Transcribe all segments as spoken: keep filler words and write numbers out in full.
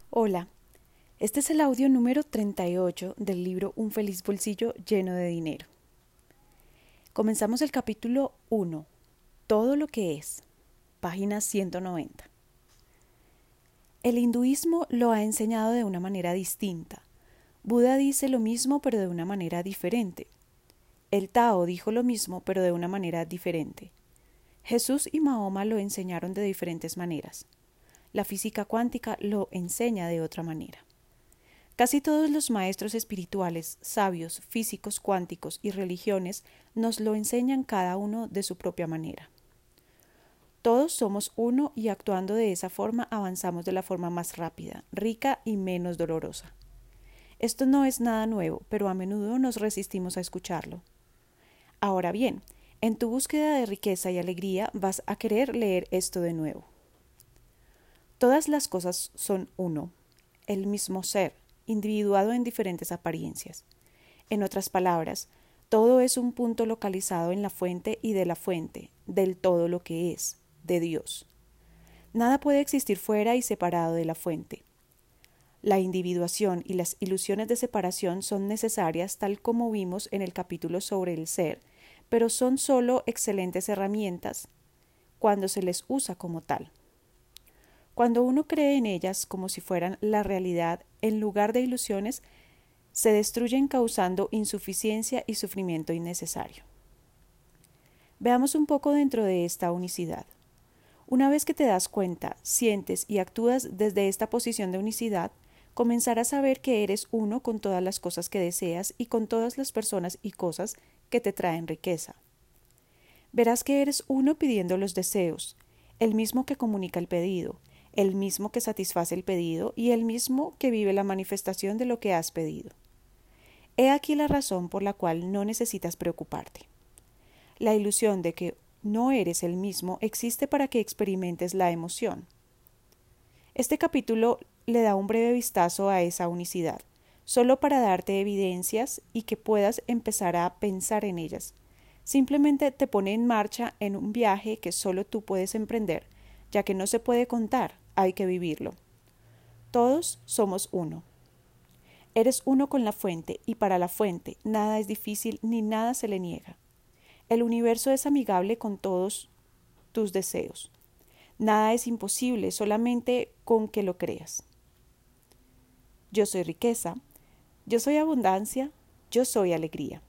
Hola, este es el audio número treinta y ocho del libro Un feliz bolsillo lleno de dinero. Comenzamos el capítulo uno, Todo lo que es, página ciento noventa. El hinduismo lo ha enseñado de una manera distinta. Buda dice lo mismo pero de una manera diferente. El Tao dijo lo mismo pero de una manera diferente. Jesús y Mahoma lo enseñaron de diferentes maneras. La física cuántica lo enseña de otra manera. Casi todos los maestros espirituales, sabios, físicos cuánticos y religiones nos lo enseñan cada uno de su propia manera. Todos somos uno y actuando de esa forma avanzamos de la forma más rápida, rica y menos dolorosa. Esto no es nada nuevo, pero a menudo nos resistimos a escucharlo. Ahora bien, en tu búsqueda de riqueza y alegría vas a querer leer esto de nuevo. Todas las cosas son uno, el mismo ser, individuado en diferentes apariencias. En otras palabras, todo es un punto localizado en la fuente y de la fuente, del todo lo que es, de Dios. Nada puede existir fuera y separado de la fuente. La individuación y las ilusiones de separación son necesarias tal como vimos en el capítulo sobre el ser, pero son solo excelentes herramientas cuando se les usa como tal. Cuando uno cree en ellas como si fueran la realidad, en lugar de ilusiones, se destruyen causando insuficiencia y sufrimiento innecesario. Veamos un poco dentro de esta unicidad. Una vez que te das cuenta, sientes y actúas desde esta posición de unicidad, comenzarás a ver que eres uno con todas las cosas que deseas y con todas las personas y cosas que te traen riqueza. Verás que eres uno pidiendo los deseos, el mismo que comunica el pedido, el mismo que satisface el pedido y el mismo que vive la manifestación de lo que has pedido. He aquí la razón por la cual no necesitas preocuparte. La ilusión de que no eres el mismo existe para que experimentes la emoción. Este capítulo le da un breve vistazo a esa unicidad, solo para darte evidencias y que puedas empezar a pensar en ellas. Simplemente te pone en marcha en un viaje que solo tú puedes emprender, ya que no se puede contar, hay que vivirlo. Todos somos uno. Eres uno con la fuente y para la fuente nada es difícil ni nada se le niega. El universo es amigable con todos tus deseos. Nada es imposible solamente con que lo creas. Yo soy riqueza, yo soy abundancia, yo soy alegría.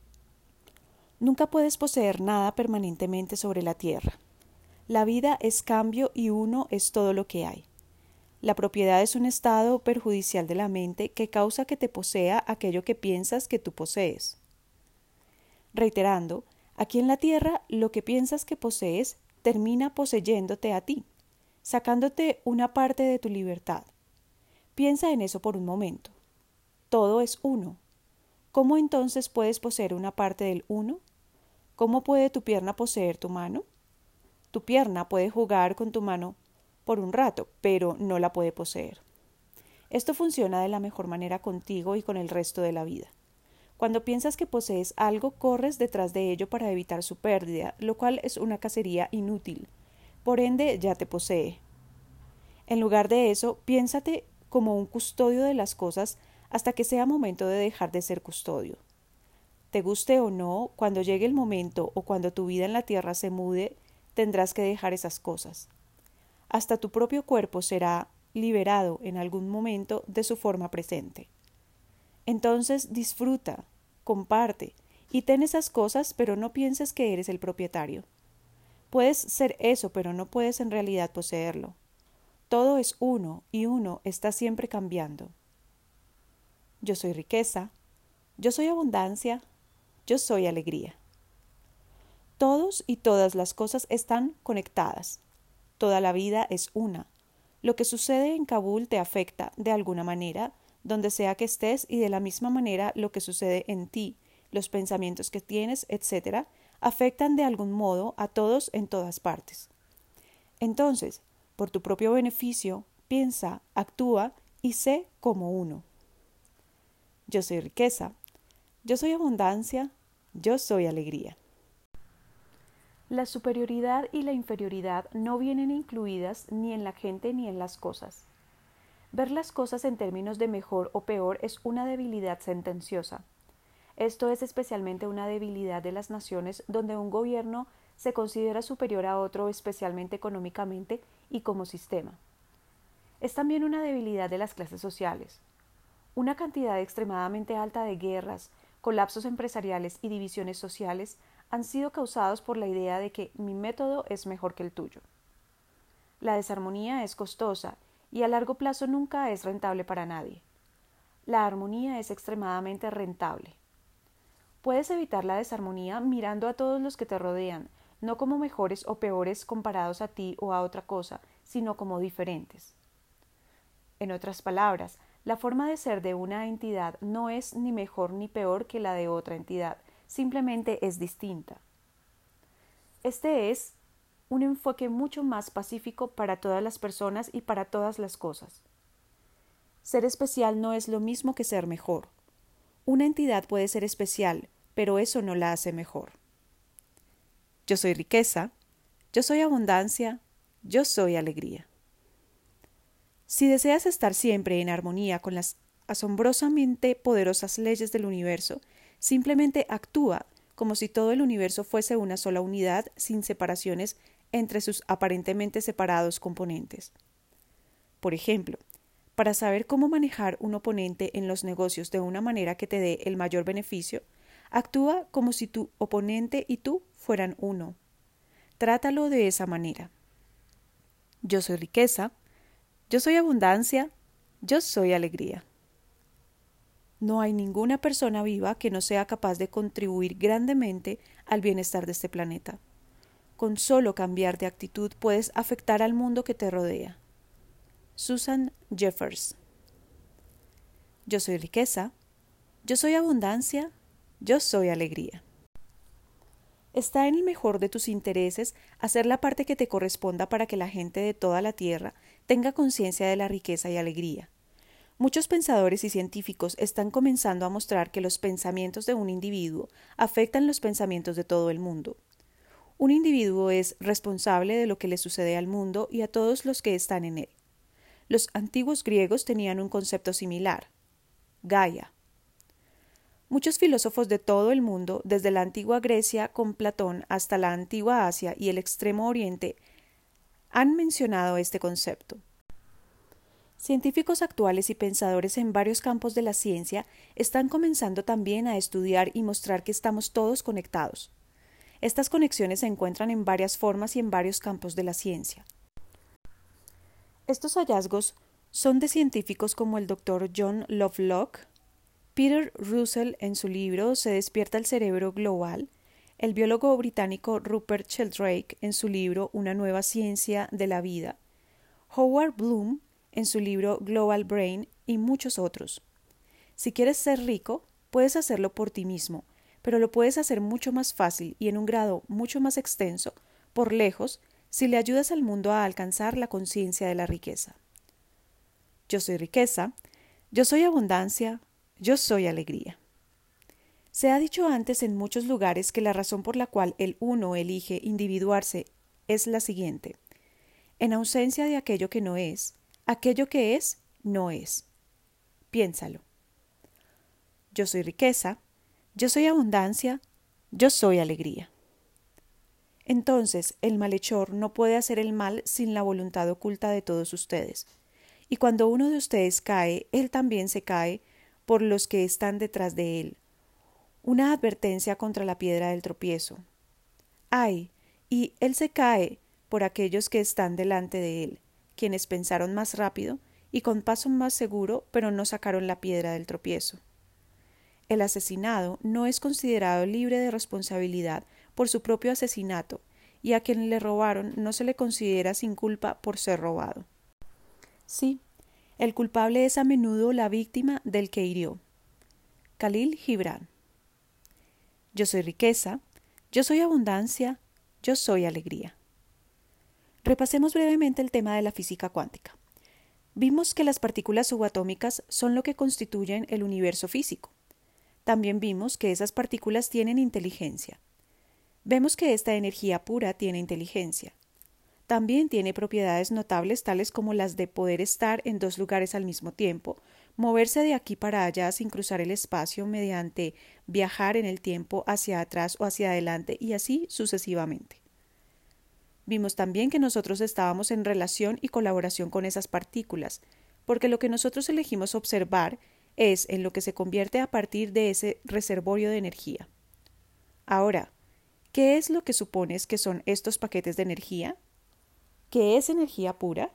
Nunca puedes poseer nada permanentemente sobre la tierra. La vida es cambio y uno es todo lo que hay. La propiedad es un estado perjudicial de la mente que causa que te posea aquello que piensas que tú posees. Reiterando, aquí en la tierra lo que piensas que posees termina poseyéndote a ti, sacándote una parte de tu libertad. Piensa en eso por un momento. Todo es uno. ¿Cómo entonces puedes poseer una parte del uno? ¿Cómo puede tu pierna poseer tu mano? Tu pierna puede jugar con tu mano por un rato, pero no la puede poseer. Esto funciona de la mejor manera contigo y con el resto de la vida. Cuando piensas que posees algo, corres detrás de ello para evitar su pérdida, lo cual es una cacería inútil. Por ende, ya te posee. En lugar de eso, piénsate como un custodio de las cosas hasta que sea momento de dejar de ser custodio. Te guste o no, cuando llegue el momento o cuando tu vida en la tierra se mude, tendrás que dejar esas cosas. Hasta tu propio cuerpo será liberado en algún momento de su forma presente. Entonces disfruta, comparte y ten esas cosas, pero no pienses que eres el propietario. Puedes ser eso, pero no puedes en realidad poseerlo. Todo es uno y uno está siempre cambiando. Yo soy riqueza, yo soy abundancia, yo soy alegría. Todos y todas las cosas están conectadas. Toda la vida es una. Lo que sucede en Kabul te afecta de alguna manera, donde sea que estés, y de la misma manera lo que sucede en ti, los pensamientos que tienes, etcétera, afectan de algún modo a todos en todas partes. Entonces, por tu propio beneficio, piensa, actúa y sé como uno. Yo soy riqueza, yo soy abundancia, yo soy alegría. La superioridad y la inferioridad no vienen incluidas ni en la gente ni en las cosas. Ver las cosas en términos de mejor o peor es una debilidad sentenciosa. Esto es especialmente una debilidad de las naciones donde un gobierno se considera superior a otro, especialmente económicamente y como sistema. Es también una debilidad de las clases sociales. Una cantidad extremadamente alta de guerras, colapsos empresariales y divisiones sociales han sido causados por la idea de que mi método es mejor que el tuyo. La desarmonía es costosa y a largo plazo nunca es rentable para nadie. La armonía es extremadamente rentable. Puedes evitar la desarmonía mirando a todos los que te rodean, no como mejores o peores comparados a ti o a otra cosa, sino como diferentes. En otras palabras, la forma de ser de una entidad no es ni mejor ni peor que la de otra entidad, simplemente es distinta. Este es un enfoque mucho más pacífico para todas las personas y para todas las cosas. Ser especial no es lo mismo que ser mejor. Una entidad puede ser especial, pero eso no la hace mejor. Yo soy riqueza, yo soy abundancia, yo soy alegría. Si deseas estar siempre en armonía con las asombrosamente poderosas leyes del universo, simplemente actúa como si todo el universo fuese una sola unidad sin separaciones entre sus aparentemente separados componentes. Por ejemplo, para saber cómo manejar un oponente en los negocios de una manera que te dé el mayor beneficio, actúa como si tu oponente y tú fueran uno. Trátalo de esa manera. Yo soy riqueza, yo soy abundancia, yo soy alegría. No hay ninguna persona viva que no sea capaz de contribuir grandemente al bienestar de este planeta. Con solo cambiar de actitud puedes afectar al mundo que te rodea. Susan Jeffers. Yo soy riqueza, yo soy abundancia, yo soy alegría. Está en el mejor de tus intereses hacer la parte que te corresponda para que la gente de toda la Tierra tenga conciencia de la riqueza y alegría. Muchos pensadores y científicos están comenzando a mostrar que los pensamientos de un individuo afectan los pensamientos de todo el mundo. Un individuo es responsable de lo que le sucede al mundo y a todos los que están en él. Los antiguos griegos tenían un concepto similar, Gaia. Muchos filósofos de todo el mundo, desde la antigua Grecia con Platón hasta la antigua Asia y el Extremo Oriente, han mencionado este concepto. Científicos actuales y pensadores en varios campos de la ciencia están comenzando también a estudiar y mostrar que estamos todos conectados. Estas conexiones se encuentran en varias formas y en varios campos de la ciencia. Estos hallazgos son de científicos como el doctor John Lovelock, Peter Russell en su libro Se despierta el cerebro global, el biólogo británico Rupert Sheldrake en su libro Una nueva ciencia de la vida, Howard Bloom en su libro Global Brain y muchos otros. Si quieres ser rico, puedes hacerlo por ti mismo, pero lo puedes hacer mucho más fácil y en un grado mucho más extenso, por lejos, si le ayudas al mundo a alcanzar la conciencia de la riqueza. Yo soy riqueza, yo soy abundancia, yo soy alegría. Se ha dicho antes en muchos lugares que la razón por la cual el uno elige individuarse es la siguiente. En ausencia de aquello que no es, aquello que es, no es. Piénsalo. Yo soy riqueza, yo soy abundancia, yo soy alegría. Entonces, el malhechor no puede hacer el mal sin la voluntad oculta de todos ustedes. Y cuando uno de ustedes cae, él también se cae por los que están detrás de él. Una advertencia contra la piedra del tropiezo. ¡Ay! Y él se cae por aquellos que están delante de él, quienes pensaron más rápido y con paso más seguro, pero no sacaron la piedra del tropiezo. El asesinado no es considerado libre de responsabilidad por su propio asesinato, y a quien le robaron no se le considera sin culpa por ser robado. Sí, el culpable es a menudo la víctima del que hirió. Khalil Gibran. Yo soy riqueza, yo soy abundancia, yo soy alegría. Repasemos brevemente el tema de la física cuántica. Vimos que las partículas subatómicas son lo que constituyen el universo físico. También vimos que esas partículas tienen inteligencia. Vemos que esta energía pura tiene inteligencia. También tiene propiedades notables tales como las de poder estar en dos lugares al mismo tiempo, moverse de aquí para allá sin cruzar el espacio mediante viajar en el tiempo hacia atrás o hacia adelante y así sucesivamente. Vimos también que nosotros estábamos en relación y colaboración con esas partículas, porque lo que nosotros elegimos observar es en lo que se convierte a partir de ese reservorio de energía. Ahora, ¿qué es lo que supones que son estos paquetes de energía? ¿Qué es energía pura?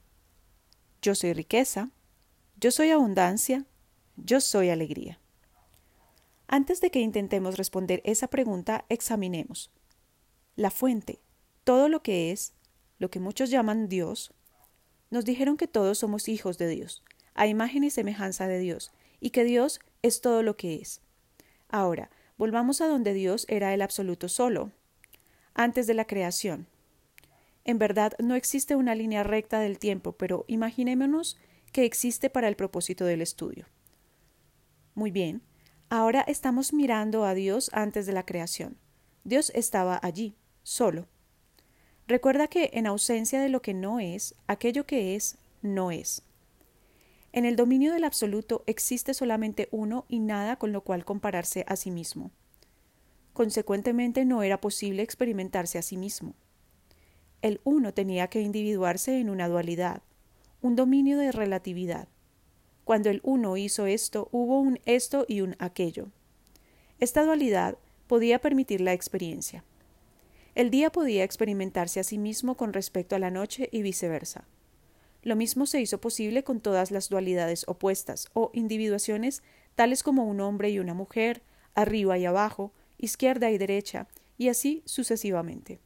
Yo soy riqueza, yo soy abundancia, yo soy alegría. Antes de que intentemos responder esa pregunta, examinemos la fuente, todo lo que es, lo que muchos llaman Dios. Nos dijeron que todos somos hijos de Dios, a imagen y semejanza de Dios, y que Dios es todo lo que es. Ahora, volvamos a donde Dios era el absoluto solo, antes de la creación. En verdad, no existe una línea recta del tiempo, pero imaginémonos que existe para el propósito del estudio. Muy bien, ahora estamos mirando a Dios antes de la creación. Dios estaba allí, solo. Recuerda que en ausencia de lo que no es, aquello que es, no es. En el dominio del absoluto existe solamente uno y nada con lo cual compararse a sí mismo. Consecuentemente, no era posible experimentarse a sí mismo. El uno tenía que individuarse en una dualidad, un dominio de relatividad. Cuando el uno hizo esto, hubo un esto y un aquello. Esta dualidad podía permitir la experiencia. El día podía experimentarse a sí mismo con respecto a la noche y viceversa. Lo mismo se hizo posible con todas las dualidades opuestas o individuaciones tales como un hombre y una mujer, arriba y abajo, izquierda y derecha, y así sucesivamente.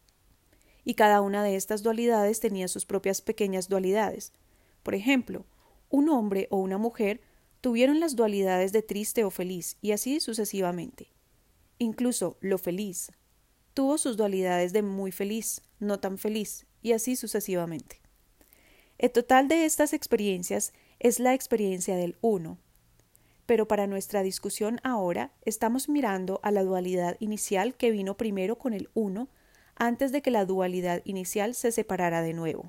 Y cada una de estas dualidades tenía sus propias pequeñas dualidades. Por ejemplo, un hombre o una mujer tuvieron las dualidades de triste o feliz, y así sucesivamente. Incluso lo feliz tuvo sus dualidades de muy feliz, no tan feliz, y así sucesivamente. El total de estas experiencias es la experiencia del uno. Pero para nuestra discusión ahora estamos mirando a la dualidad inicial que vino primero con el uno antes de que la dualidad inicial se separara de nuevo.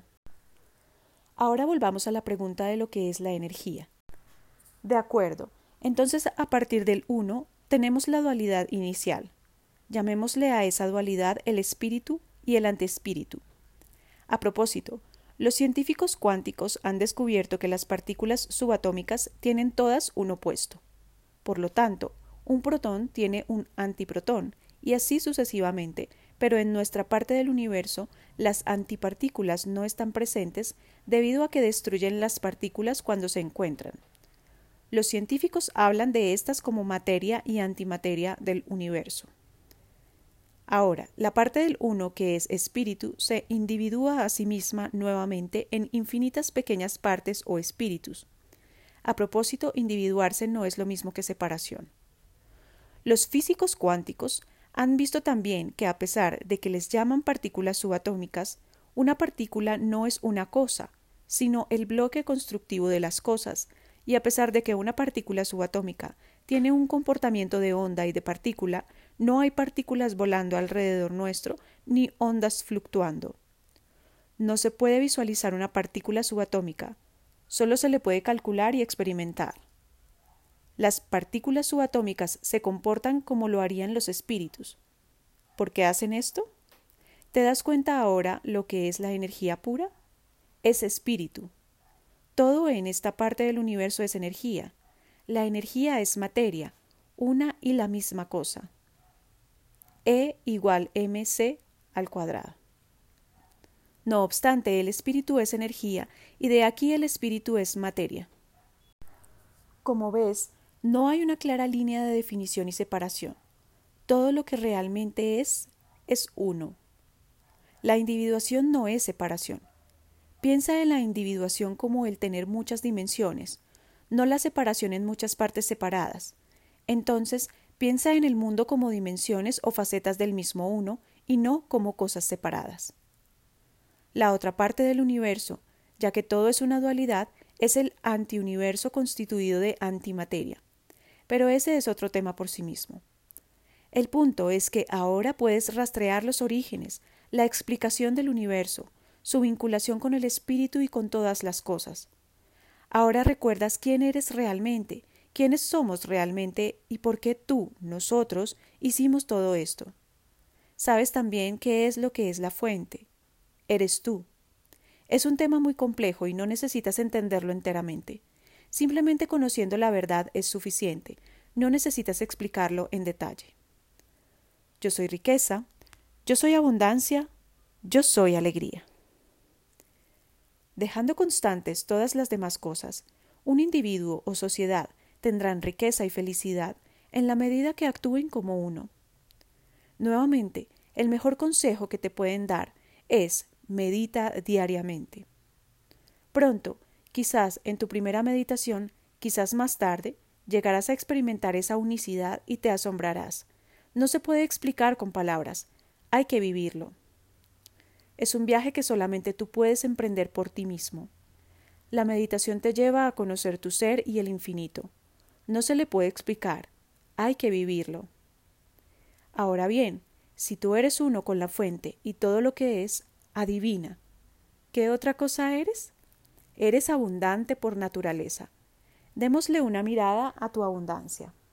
Ahora volvamos a la pregunta de lo que es la energía. De acuerdo, entonces a partir del uno tenemos la dualidad inicial. Llamémosle a esa dualidad el espíritu y el antiespíritu. A propósito, los científicos cuánticos han descubierto que las partículas subatómicas tienen todas un opuesto. Por lo tanto, un protón tiene un antiprotón, y así sucesivamente, pero en nuestra parte del universo las antipartículas no están presentes debido a que destruyen las partículas cuando se encuentran. Los científicos hablan de estas como materia y antimateria del universo. Ahora, la parte del uno que es espíritu se individúa a sí misma nuevamente en infinitas pequeñas partes o espíritus. A propósito, individuarse no es lo mismo que separación. Los físicos cuánticos han visto también que a pesar de que les llaman partículas subatómicas, una partícula no es una cosa, sino el bloque constructivo de las cosas, y a pesar de que una partícula subatómica tiene un comportamiento de onda y de partícula, no hay partículas volando alrededor nuestro ni ondas fluctuando. No se puede visualizar una partícula subatómica, solo se le puede calcular y experimentar. Las partículas subatómicas se comportan como lo harían los espíritus. ¿Por qué hacen esto? ¿Te das cuenta ahora lo que es la energía pura? Es espíritu. Todo en esta parte del universo es energía. La energía es materia, una y la misma cosa. E igual mc al cuadrado. No obstante, el espíritu es energía y de aquí el espíritu es materia. Como ves, no hay una clara línea de definición y separación. Todo lo que realmente es, es uno. La individuación no es separación. Piensa en la individuación como el tener muchas dimensiones, no la separación en muchas partes separadas. Entonces, piensa en el mundo como dimensiones o facetas del mismo uno y no como cosas separadas. La otra parte del universo, ya que todo es una dualidad, es el antiuniverso constituido de antimateria. Pero ese es otro tema por sí mismo. El punto es que ahora puedes rastrear los orígenes, la explicación del universo, su vinculación con el espíritu y con todas las cosas. Ahora recuerdas quién eres realmente, quiénes somos realmente y por qué tú, nosotros, hicimos todo esto. Sabes también qué es lo que es la fuente. Eres tú. Es un tema muy complejo y no necesitas entenderlo enteramente. Simplemente conociendo la verdad es suficiente. No necesitas explicarlo en detalle. Yo soy riqueza, yo soy abundancia, yo soy alegría. Dejando constantes todas las demás cosas, un individuo o sociedad tendrán riqueza y felicidad en la medida que actúen como uno. Nuevamente, el mejor consejo que te pueden dar es medita diariamente. Pronto, quizás en tu primera meditación, quizás más tarde, llegarás a experimentar esa unicidad y te asombrarás. No se puede explicar con palabras, hay que vivirlo. Es un viaje que solamente tú puedes emprender por ti mismo. La meditación te lleva a conocer tu ser y el infinito. No se le puede explicar, hay que vivirlo. Ahora bien, si tú eres uno con la fuente y todo lo que es, adivina. ¿Qué otra cosa eres? Eres abundante por naturaleza. Démosle una mirada a tu abundancia.